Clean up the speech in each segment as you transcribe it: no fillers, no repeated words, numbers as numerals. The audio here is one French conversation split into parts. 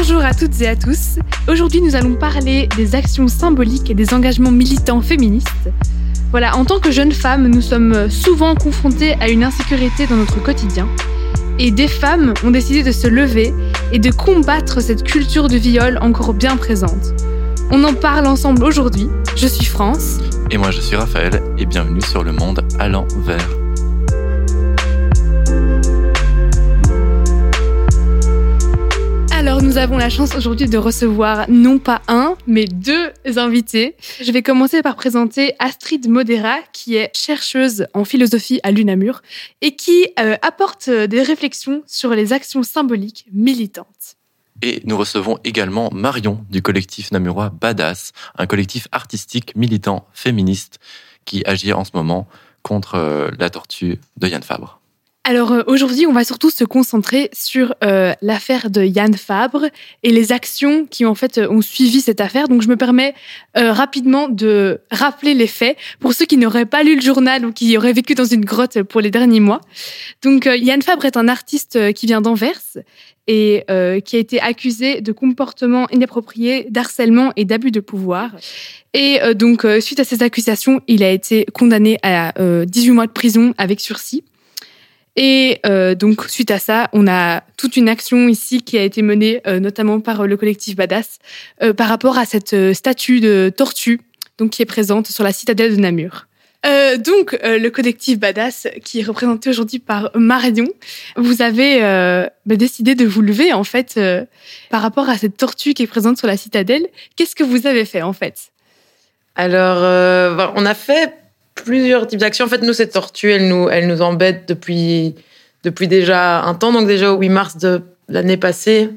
Bonjour à toutes et à tous. Aujourd'hui, nous allons parler des actions symboliques et des engagements militants féministes. Voilà, en tant que jeunes femmes, nous sommes souvent confrontées à une insécurité dans notre quotidien. Et des femmes ont décidé de se lever et de combattre cette culture du viol encore bien présente. On en parle ensemble aujourd'hui. Je suis France. Et moi, je suis Raphaël, et bienvenue sur Le Monde à l'envers. Alors, nous avons la chance aujourd'hui de recevoir non pas un, mais deux invités. Je vais commencer par présenter Astrid Modera, qui est chercheuse en philosophie à l'UNAMUR et qui apporte des réflexions sur les actions symboliques militantes. Et nous recevons également Marion du collectif namurois Badass, un collectif artistique militant féministe qui agit en ce moment contre la tortue de Yann Fabre. Alors aujourd'hui, on va surtout se concentrer sur l'affaire de Yann Fabre et les actions qui en fait ont suivi cette affaire. Donc je me permets rapidement de rappeler les faits pour ceux qui n'auraient pas lu le journal ou qui auraient vécu dans une grotte pour les derniers mois. Donc Yann Fabre est un artiste qui vient d'Anvers et qui a été accusé de comportements inappropriés, d'harcèlement et d'abus de pouvoir. Et donc suite à ces accusations, il a été condamné à 18 mois de prison avec sursis. Et donc, suite à ça, on a toute une action ici qui a été menée, notamment par le collectif Badass, par rapport à cette statue de tortue donc, qui est présente sur la citadelle de Namur. Le collectif Badass, qui est représenté aujourd'hui par Marion, vous avez décidé de vous lever, en fait, par rapport à cette tortue qui est présente sur la citadelle. Qu'est-ce que vous avez fait, en fait ? Alors, on a fait plusieurs types d'actions. En fait, nous, cette tortue, elle nous embête depuis déjà un temps. Donc déjà au 8 mars de l'année passée,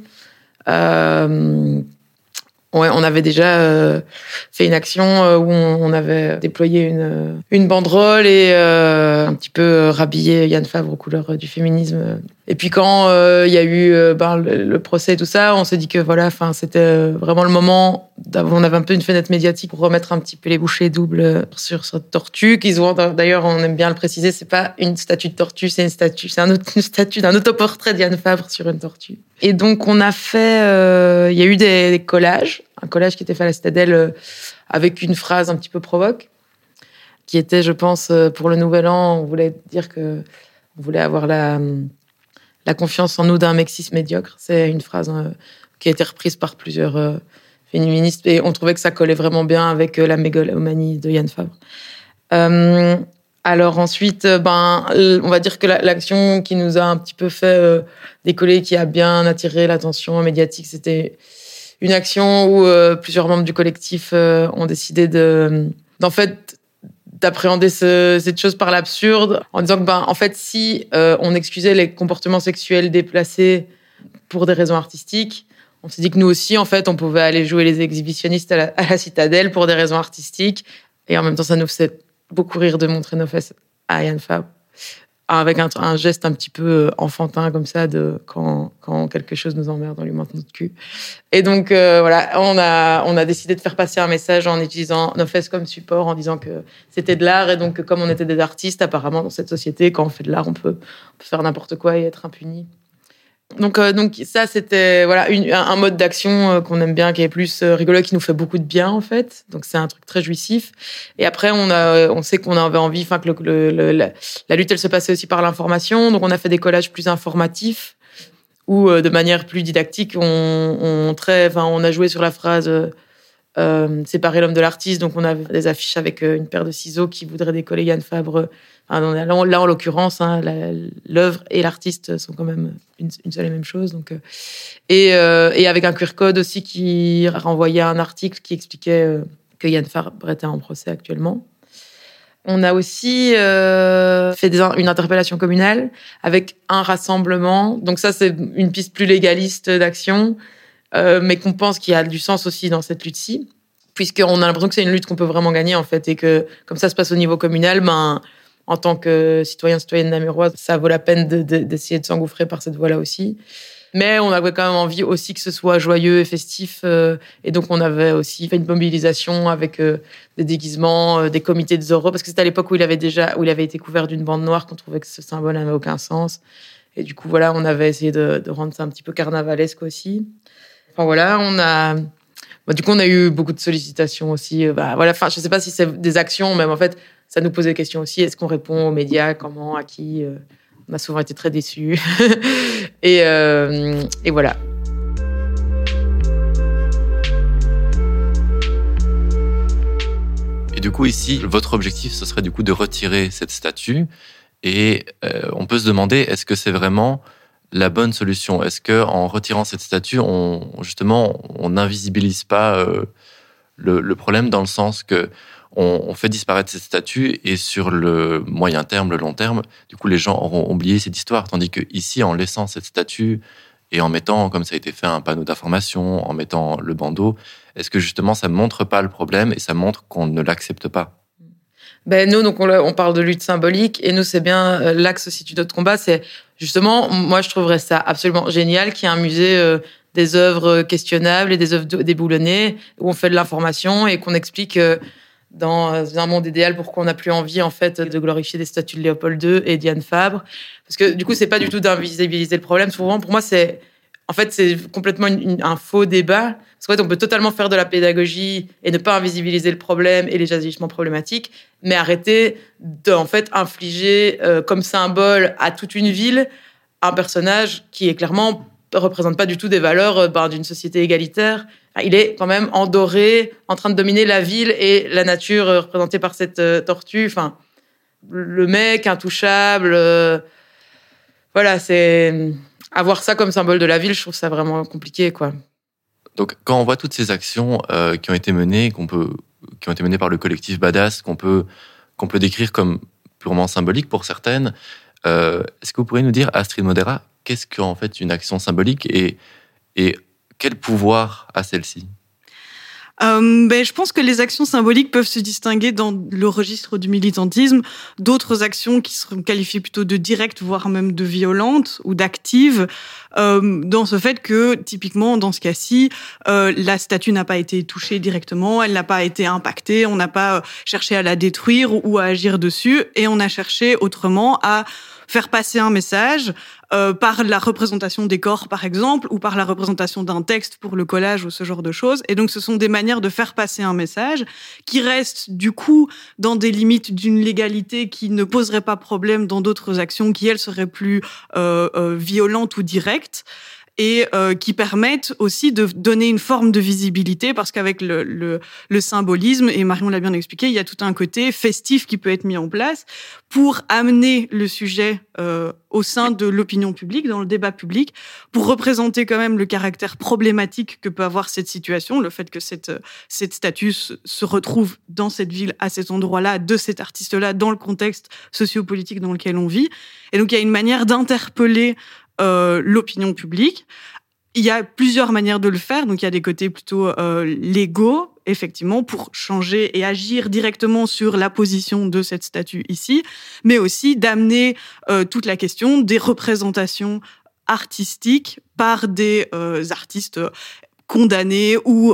on avait déjà fait une action où on avait déployé une banderole et un petit peu rhabillé Yann Fabre aux couleurs du féminisme. Et puis quand il y a eu le procès et tout ça, on s'est dit que voilà, c'était vraiment le moment. On avait un peu une fenêtre médiatique pour remettre un petit peu les bouchées doubles sur cette tortue. D'ailleurs, on aime bien le préciser, c'est pas une statue de tortue, c'est une statue d'un autoportrait de Yann Fabre sur une tortue. Et donc on a fait, il y a eu des collages, un collage qui était fait à la citadelle avec une phrase un petit peu provoque, qui était, je pense, pour le Nouvel An, on voulait dire que on voulait avoir la confiance en nous d'un mexisme médiocre. C'est une phrase qui a été reprise par plusieurs féministes et on trouvait que ça collait vraiment bien avec la mégalomanie de Yann Fabre. Alors ensuite, on va dire que l'action qui nous a un petit peu fait décoller, qui a bien attiré l'attention médiatique, c'était une action où plusieurs membres du collectif ont décidé d'appréhender cette chose par l'absurde, en disant que, en fait, si on excusait les comportements sexuels déplacés pour des raisons artistiques, on s'est dit que nous aussi, en fait, on pouvait aller jouer les exhibitionnistes à la citadelle pour des raisons artistiques. Et en même temps, ça nous faisait beaucoup rire de montrer nos fesses à Yann Fabre, avec un geste un petit peu enfantin comme ça, de quand quelque chose nous emmerde, on lui montre notre cul. Et donc voilà, on a décidé de faire passer un message en utilisant nos fesses comme support, en disant que c'était de l'art et donc que comme on était des artistes, apparemment dans cette société, quand on fait de l'art, on peut faire n'importe quoi et être impuni. Donc ça, c'était voilà un mode d'action qu'on aime bien, qui est plus rigolo, qui nous fait beaucoup de bien en fait. Donc c'est un truc très jouissif. Et après on sait qu'on avait envie, que la lutte elle se passait aussi par l'information. Donc on a fait des collages plus informatifs où de manière plus didactique on a joué sur la phrase séparer l'homme de l'artiste. Donc on avait des affiches avec une paire de ciseaux qui voudraient décoller Yann Fabre. Là, en l'occurrence, l'œuvre et l'artiste sont quand même une seule et même chose. Donc, et avec un QR code aussi qui renvoyait à un article qui expliquait que Yann Fabre était en procès actuellement. On a aussi fait une interpellation communale avec un rassemblement. Donc ça, c'est une piste plus légaliste d'action, mais qu'on pense qu'il y a du sens aussi dans cette lutte-ci, puisqu'on a l'impression que c'est une lutte qu'on peut vraiment gagner, en fait, et que comme ça se passe au niveau communal, en tant que citoyenne namuroise, ça vaut la peine d'essayer de s'engouffrer par cette voie-là aussi. Mais on avait quand même envie aussi que ce soit joyeux et festif. Et donc, on avait aussi fait une mobilisation avec des déguisements, des comités de Zorro, parce que c'était à l'époque où il avait été couvert d'une bande noire, qu'on trouvait que ce symbole n'avait aucun sens. Et du coup, voilà, on avait essayé de rendre ça un petit peu carnavalesque aussi. Enfin voilà, du coup, on a eu beaucoup de sollicitations aussi. Voilà, enfin, je sais pas si c'est des actions, même en fait, ça nous pose des questions aussi. Est-ce qu'on répond aux médias? Comment? À qui? On a souvent été très déçus. et voilà. Et du coup, ici, votre objectif, ce serait du coup de retirer cette statue. Et on peut se demander, est-ce que c'est vraiment la bonne solution? Est-ce qu'en retirant cette statue, on n'invisibilise pas le problème, dans le sens que on fait disparaître cette statue et sur le moyen terme, le long terme, du coup, les gens auront oublié cette histoire. Tandis que ici, en laissant cette statue et en mettant, comme ça a été fait, un panneau d'information, en mettant le bandeau, est-ce que justement, ça ne montre pas le problème et ça montre qu'on ne l'accepte pas? Nous, donc on parle de lutte symbolique, et nous, c'est bien l'axe aussi de notre combat. C'est justement, moi, je trouverais ça absolument génial qu'il y ait un musée des œuvres questionnables et des œuvres déboulonnées, où on fait de l'information et qu'on explique dans un monde idéal pourquoi on n'a plus envie, en fait, de glorifier des statues de Léopold II et Diane Fabre. Parce que du coup, c'est pas du tout d'invisibiliser le problème. Souvent, pour moi, c'est complètement un faux débat. Parce qu'en fait, on peut totalement faire de la pédagogie et ne pas invisibiliser le problème et les agissements problématiques, mais arrêter de, en fait, infliger comme symbole à toute une ville un personnage qui est clairement représente pas du tout des valeurs d'une société égalitaire. Enfin, il est quand même endoré, en train de dominer la ville et la nature représentée par cette tortue. Enfin, le mec intouchable. Voilà, c'est avoir ça comme symbole de la ville, je trouve ça vraiment compliqué, quoi. Donc, quand on voit toutes ces actions qui ont été menées, qui ont été menées par le collectif Badass, qu'on peut décrire comme purement symbolique pour certaines, est-ce que vous pourriez nous dire, Astrid Modera, qu'est-ce qu'en fait une action symbolique et quel pouvoir a celle-ci? Je pense que les actions symboliques peuvent se distinguer dans le registre du militantisme d'autres actions qui seront qualifiées plutôt de directes, voire même de violentes ou d'actives, dans ce fait que, typiquement, dans ce cas-ci, la statue n'a pas été touchée directement, elle n'a pas été impactée, on n'a pas cherché à la détruire ou à agir dessus, et on a cherché autrement à faire passer un message par la représentation des corps, par exemple, ou par la représentation d'un texte pour le collage ou ce genre de choses. Et donc, ce sont des manières de faire passer un message qui restent, du coup, dans des limites d'une légalité qui ne poserait pas problème dans d'autres actions qui, elles, seraient plus violentes ou directes. Et qui permettent aussi de donner une forme de visibilité, parce qu'avec le symbolisme, et Marion l'a bien expliqué, il y a tout un côté festif qui peut être mis en place pour amener le sujet au sein de l'opinion publique, dans le débat public, pour représenter quand même le caractère problématique que peut avoir cette situation, le fait que cette statue se retrouve dans cette ville, à cet endroit-là, de cet artiste-là, dans le contexte sociopolitique dans lequel on vit. Et donc, il y a une manière d'interpeller l'opinion publique. Il y a plusieurs manières de le faire. Donc, il y a des côtés plutôt légaux, effectivement, pour changer et agir directement sur la position de cette statue ici, mais aussi d'amener toute la question des représentations artistiques par des artistes condamnés ou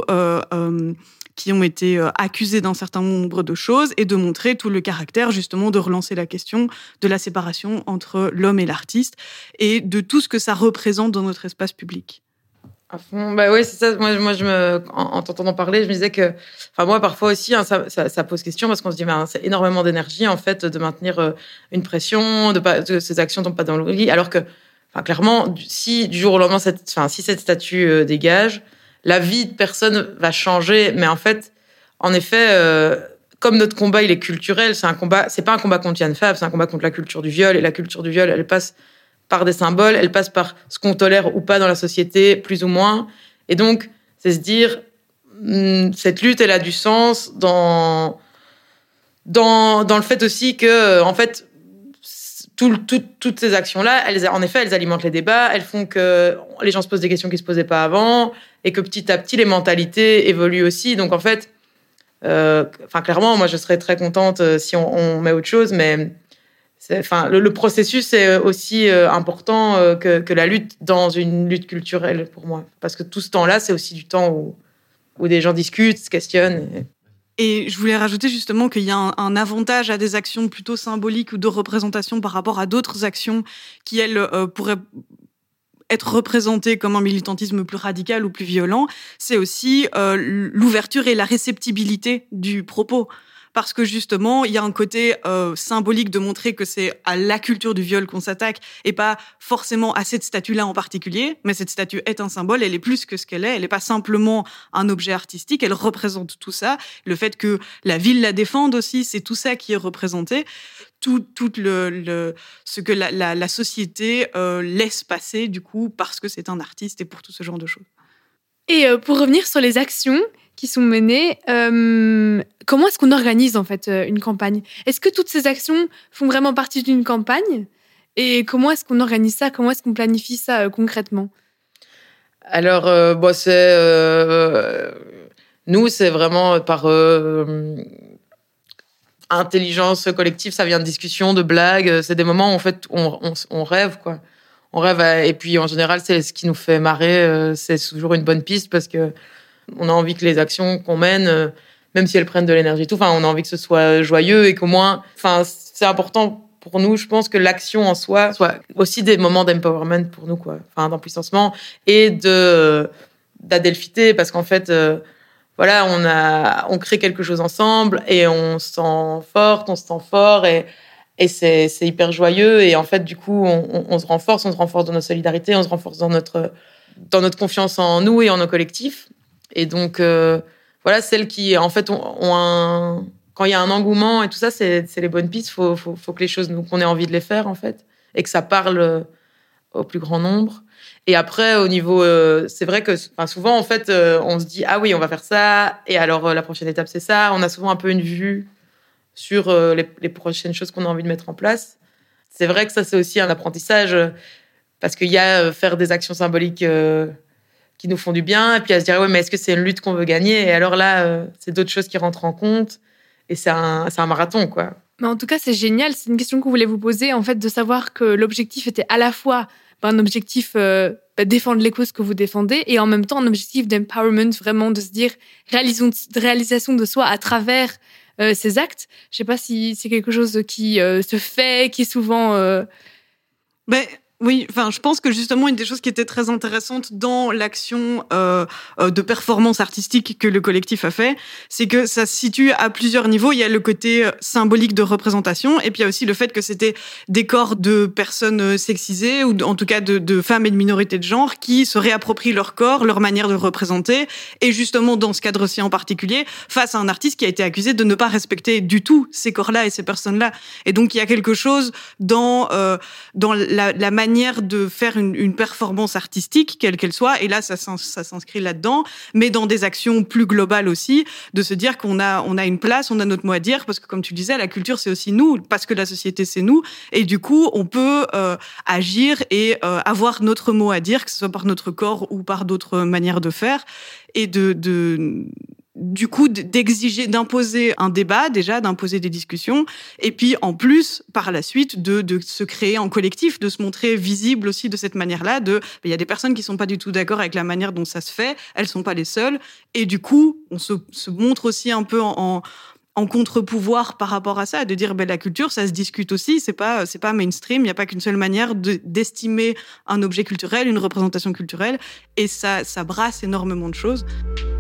qui ont été accusés d'un certain nombre de choses, et de montrer tout le caractère, justement, de relancer la question de la séparation entre l'homme et l'artiste, et de tout ce que ça représente dans notre espace public. À fond, oui, c'est ça. Moi, en t'entendant parler, je me disais que, moi, parfois aussi, ça pose question, parce qu'on se dit, c'est énormément d'énergie, en fait, de maintenir une pression, que ces actions tombent pas dans le lit, alors que, clairement, si du jour au lendemain, si cette statue dégage, la vie de personne va changer. Mais en fait, en effet, comme notre combat, il est culturel, c'est pas un combat contre Diane Fabre, c'est un combat contre la culture du viol. Et la culture du viol, elle passe par des symboles, elle passe par ce qu'on tolère ou pas dans la société, plus ou moins. Et donc, c'est se dire, cette lutte, elle a du sens dans le fait aussi que, en fait, toutes ces actions-là, elles alimentent les débats, elles font que les gens se posent des questions qui ne se posaient pas avant, et que petit à petit, les mentalités évoluent aussi. Donc, en fait, clairement, moi, je serais très contente si on met autre chose, mais le processus est aussi important que la lutte dans une lutte culturelle, pour moi. Parce que tout ce temps-là, c'est aussi du temps où des gens discutent, se questionnent. Et je voulais rajouter justement qu'il y a un avantage à des actions plutôt symboliques ou de représentation par rapport à d'autres actions qui, elles, pourraient être représenté comme un militantisme plus radical ou plus violent, c'est aussi l'ouverture et la réceptibilité du propos. Parce que justement, il y a un côté symbolique de montrer que c'est à la culture du viol qu'on s'attaque et pas forcément à cette statue-là en particulier. Mais cette statue est un symbole, elle est plus que ce qu'elle est. Elle n'est pas simplement un objet artistique, elle représente tout ça. Le fait que la ville la défende aussi, c'est tout ça qui est représenté. Tout ce que la société laisse passer, du coup, parce que c'est un artiste et pour tout ce genre de choses. Et pour revenir sur les actions qui sont menées, comment est-ce qu'on organise en fait une campagne ? Est-ce que toutes ces actions font vraiment partie d'une campagne ? Et comment est-ce qu'on organise ça ? Comment est-ce qu'on planifie ça concrètement ? Alors, nous, c'est vraiment par intelligence collective, ça vient de discussions, de blagues. C'est des moments où en fait on rêve, quoi. On rêve et puis en général, c'est ce qui nous fait marrer. C'est toujours une bonne piste parce que on a envie que les actions qu'on mène, même si elles prennent de l'énergie et tout, on a envie que ce soit joyeux et qu'au moins, c'est important pour nous, je pense, que l'action en soi soit aussi des moments d'empowerment pour nous, quoi. D'empuissancement et d'adelphité, parce qu'en fait, on crée quelque chose ensemble et on se sent forte, on se sent fort et c'est hyper joyeux. Et en fait, du coup, on se renforce dans notre solidarité, on se renforce dans notre confiance en nous et en nos collectifs. Et donc, celles qui, en fait, quand il y a un engouement et tout ça, c'est les bonnes pistes. Faut que les choses, qu'on ait envie de les faire, en fait, et que ça parle au plus grand nombre. Et après, au niveau, c'est vrai que souvent, en fait, on se dit, ah oui, on va faire ça, et alors la prochaine étape, c'est ça. On a souvent un peu une vue sur les prochaines choses qu'on a envie de mettre en place. C'est vrai que ça, c'est aussi un apprentissage, parce qu'il y a faire des actions symboliques qui nous font du bien, et puis à se dire, ouais, mais est-ce que c'est une lutte qu'on veut gagner ? Et alors là, c'est d'autres choses qui rentrent en compte, et c'est un marathon, quoi. Mais en tout cas, c'est génial. C'est une question qu'on voulait vous poser, en fait, de savoir que l'objectif était à la fois un objectif défendre les causes que vous défendez et en même temps un objectif d'empowerment, vraiment de se dire réalisation de soi à travers ces actes. Je sais pas si c'est quelque chose qui se fait, qui est souvent... Oui, je pense que justement, une des choses qui était très intéressante dans l'action de performance artistique que le collectif a fait, c'est que ça se situe à plusieurs niveaux. Il y a le côté symbolique de représentation, et puis il y a aussi le fait que c'était des corps de personnes sexisées, ou en tout cas de femmes et de minorités de genre, qui se réapproprient leur corps, leur manière de représenter, et justement, dans ce cadre-ci en particulier, face à un artiste qui a été accusé de ne pas respecter du tout ces corps-là et ces personnes-là. Et donc, il y a quelque chose dans la manière de faire une performance artistique, quelle qu'elle soit, et là, ça s'inscrit là-dedans, mais dans des actions plus globales aussi, de se dire qu'on a une place, on a notre mot à dire, parce que comme tu disais, la culture, c'est aussi nous, parce que la société, c'est nous, et du coup, on peut agir et avoir notre mot à dire, que ce soit par notre corps ou par d'autres manières de faire, et du coup, d'exiger, d'imposer un débat, déjà, d'imposer des discussions, et puis, en plus, par la suite, de se créer en collectif, de se montrer visible aussi de cette manière-là, il y a des personnes qui sont pas du tout d'accord avec la manière dont ça se fait, elles sont pas les seules, et du coup, on se montre aussi un peu en contre-pouvoir par rapport à ça, de dire, la culture, ça se discute aussi, c'est pas mainstream, il n'y a pas qu'une seule manière d'estimer un objet culturel, une représentation culturelle, et ça brasse énormément de choses.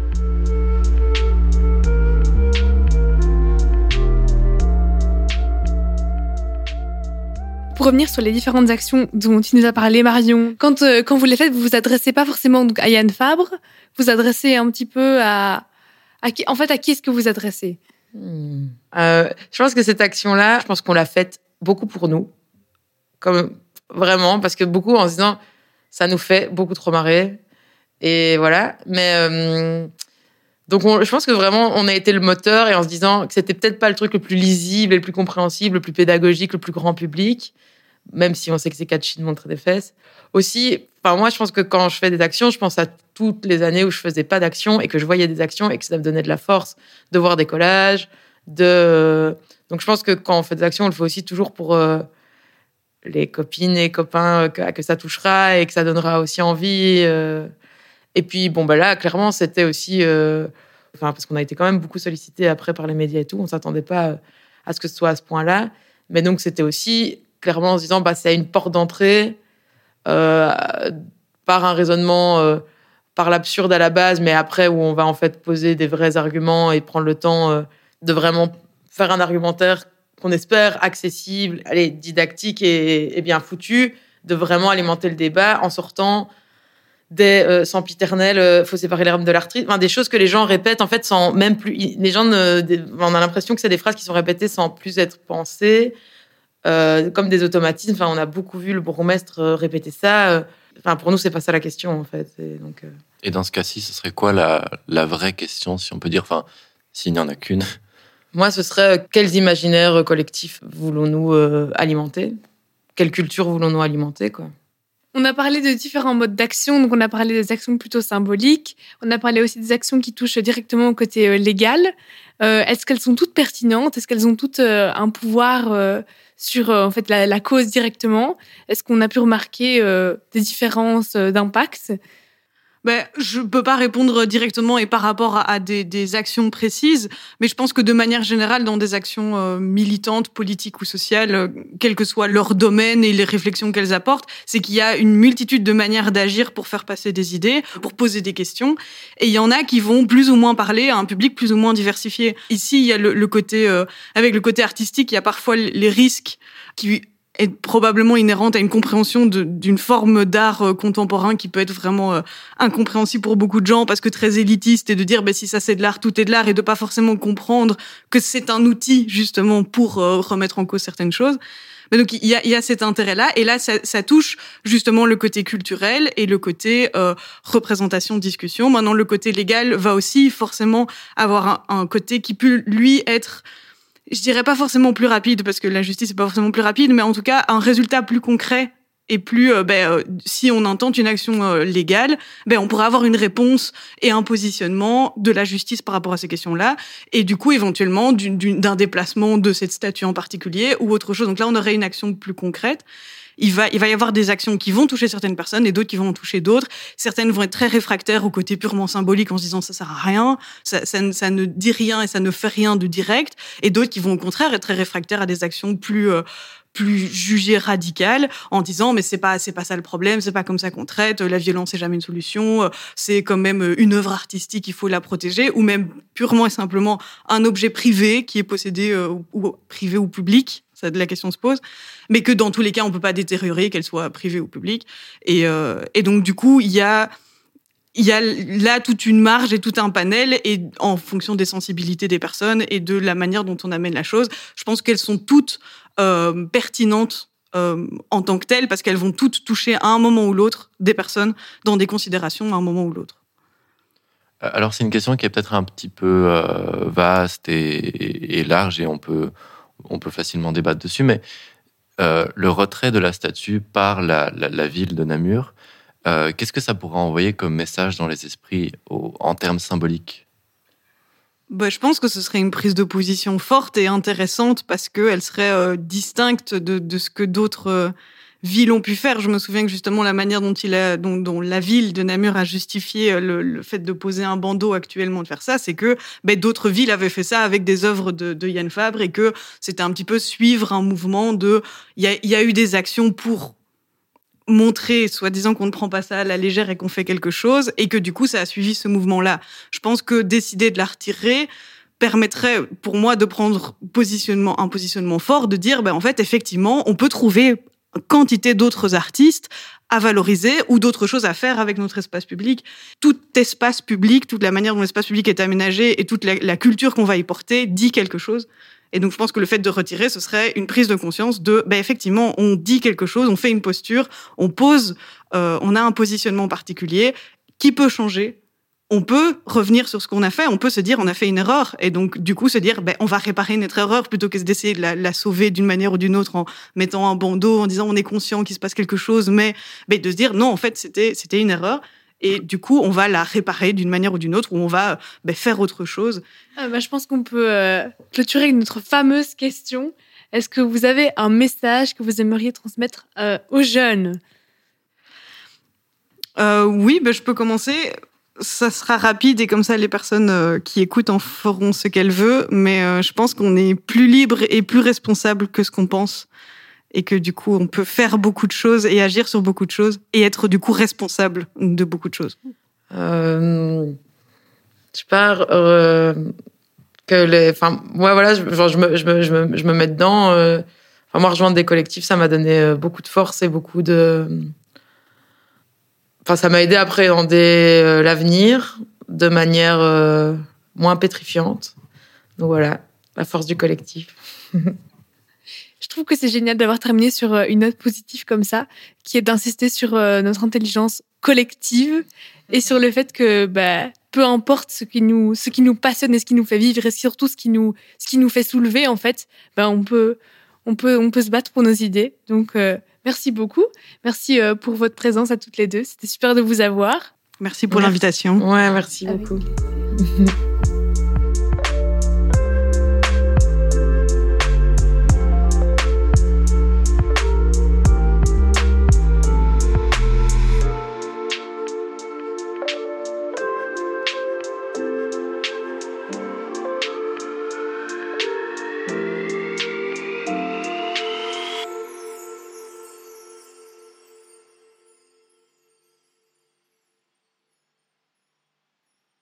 Pour revenir sur les différentes actions dont tu nous as parlé, Marion, quand vous les faites, vous vous adressez pas forcément donc à Yann Fabre, vous adressez un petit peu à qui est-ce que vous adressez ? Je pense que cette action-là, je pense qu'on l'a faite beaucoup pour nous, comme vraiment, parce que beaucoup en se disant, ça nous fait beaucoup trop marrer, et voilà. Mais donc, je pense que vraiment, on a été le moteur, et en se disant que c'était peut-être pas le truc le plus lisible, et le plus compréhensible, le plus pédagogique, le plus grand public, même si on sait que c'est catchy de montrer des fesses. Aussi, moi, je pense que quand je fais des actions, je pense à toutes les années où je faisais pas d'action et que je voyais des actions et que ça me donnait de la force de voir des collages, Donc, je pense que quand on fait des actions, on le fait aussi toujours pour les copines et copains que ça touchera et que ça donnera aussi envie. Et puis, là, clairement, c'était aussi... parce qu'on a été quand même beaucoup sollicité après par les médias et tout. On ne s'attendait pas à ce que ce soit à ce point-là. Mais donc, c'était aussi clairement en se disant, c'est une porte d'entrée par un raisonnement par l'absurde à la base, mais après où on va en fait poser des vrais arguments et prendre le temps de vraiment faire un argumentaire qu'on espère accessible, didactique et bien foutu, de vraiment alimenter le débat en sortant des sempiternels, faut séparer l'herbe de l'artiste, enfin, des choses que les gens répètent en fait sans même plus. Les gens, on a l'impression que c'est des phrases qui sont répétées sans plus être pensées, comme des automatismes. Enfin, on a beaucoup vu le bourgmestre répéter ça. Enfin, pour nous, c'est pas ça la question en fait. Et dans ce cas-ci, ce serait quoi la vraie question, si on peut dire, enfin, s'il n'y en a qu'une? Moi, ce serait quels imaginaires collectifs voulons-nous alimenter? Quelle culture voulons-nous alimenter, quoi? On a parlé de différents modes d'action, donc on a parlé des actions plutôt symboliques, on a parlé aussi des actions qui touchent directement au côté légal. Est-ce qu'elles sont toutes pertinentes? Est-ce qu'elles ont toutes un pouvoir sur en fait la cause directement? Est-ce qu'on a pu remarquer des différences d'impact? Je peux pas répondre directement et par rapport à des actions précises, mais je pense que de manière générale, dans des actions militantes, politiques ou sociales, quel que soit leur domaine et les réflexions qu'elles apportent, c'est qu'il y a une multitude de manières d'agir pour faire passer des idées, pour poser des questions, et il y en a qui vont plus ou moins parler à un public plus ou moins diversifié. Ici, il y a le côté, avec le côté artistique, il y a parfois les risques qui est probablement inhérente à une compréhension d'une forme d'art contemporain qui peut être vraiment incompréhensible pour beaucoup de gens parce que très élitiste, et de dire si ça c'est de l'art, tout est de l'art, et de pas forcément comprendre que c'est un outil justement pour remettre en cause certaines choses. Mais donc il y a cet intérêt-là, et là ça touche justement le côté culturel et le côté représentation, discussion. Maintenant le côté légal va aussi forcément avoir un côté qui peut lui être, je dirais pas forcément plus rapide, parce que la justice est pas forcément plus rapide, mais en tout cas un résultat plus concret et plus si on intente une action légale, on pourrait avoir une réponse et un positionnement de la justice par rapport à ces questions-là, et du coup éventuellement d'un déplacement de cette statue en particulier ou autre chose. Donc là on aurait une action plus concrète. Il va y avoir des actions qui vont toucher certaines personnes et d'autres qui vont en toucher d'autres. Certaines vont être très réfractaires au côté purement symbolique en se disant ça sert à rien, ça ne dit rien et ça ne fait rien de direct. Et d'autres qui vont au contraire être très réfractaires à des actions plus jugées radicales en disant mais c'est pas ça le problème, c'est pas comme ça qu'on traite, la violence c'est jamais une solution, c'est quand même une œuvre artistique, il faut la protéger, ou même purement et simplement un objet privé qui est possédé ou privé ou public. Ça, la question se pose, mais que dans tous les cas, on peut pas détériorer, qu'elle soit privée ou publique. Et donc, du coup, il y a là toute une marge et tout un panel, et en fonction des sensibilités des personnes et de la manière dont on amène la chose, je pense qu'elles sont toutes pertinentes en tant que telles, parce qu'elles vont toutes toucher à un moment ou l'autre des personnes dans des considérations à un moment ou l'autre. Alors, c'est une question qui est peut-être un petit peu vaste et large, et on peut facilement débattre dessus, mais le retrait de la statue par la ville de Namur, qu'est-ce que ça pourrait envoyer comme message dans les esprits en termes symboliques? Je pense que ce serait une prise de position forte et intéressante, parce qu'elle serait distincte de ce que d'autres villes ont pu faire. Je me souviens que justement la manière dont la ville de Namur a justifié le fait de poser un bandeau actuellement, de faire ça, c'est que d'autres villes avaient fait ça avec des œuvres de Yann Fabre, et que c'était un petit peu suivre un mouvement il y a eu des actions pour montrer, soi-disant, qu'on ne prend pas ça à la légère et qu'on fait quelque chose, et que du coup ça a suivi ce mouvement-là. Je pense que décider de la retirer permettrait pour moi de prendre un positionnement fort, de dire en fait effectivement on peut trouver quantité d'autres artistes à valoriser ou d'autres choses à faire avec notre espace public. Tout espace public, toute la manière dont l'espace public est aménagé et toute la culture qu'on va y porter dit quelque chose. Et donc je pense que le fait de retirer, ce serait une prise de conscience de effectivement on dit quelque chose, on fait une posture, on pose, on a un positionnement particulier qui peut changer. On peut revenir sur ce qu'on a fait, on peut se dire on a fait une erreur, et donc du coup se dire on va réparer notre erreur plutôt que d'essayer de la sauver d'une manière ou d'une autre en mettant un bandeau, en disant on est conscient qu'il se passe quelque chose, mais de se dire non, en fait c'était une erreur, et du coup on va la réparer d'une manière ou d'une autre, ou on va faire autre chose. Je pense qu'on peut clôturer avec notre fameuse question. Est-ce que vous avez un message que vous aimeriez transmettre aux jeunes? Oui, je peux commencer. Ça sera rapide, et comme ça les personnes qui écoutent en feront ce qu'elles veulent, mais je pense qu'on est plus libre et plus responsable que ce qu'on pense. et que du coup, on peut faire beaucoup de choses et agir sur beaucoup de choses et être du coup responsable de beaucoup de choses. Je sais pas, je me mets dedans. Moi, rejoindre des collectifs, ça m'a donné beaucoup de force et beaucoup de. Ça m'a aidé à appréhender l'avenir de manière moins pétrifiante. Donc voilà, la force du collectif. Je trouve que c'est génial d'avoir terminé sur une note positive comme ça, qui est d'insister sur notre intelligence collective et sur le fait que peu importe ce qui nous passionne et ce qui nous fait vivre et surtout ce qui nous fait soulever, en fait, on peut se battre pour nos idées. Donc, merci beaucoup. Merci pour votre présence à toutes les deux. C'était super de vous avoir. Merci pour l'invitation. Ouais, merci beaucoup.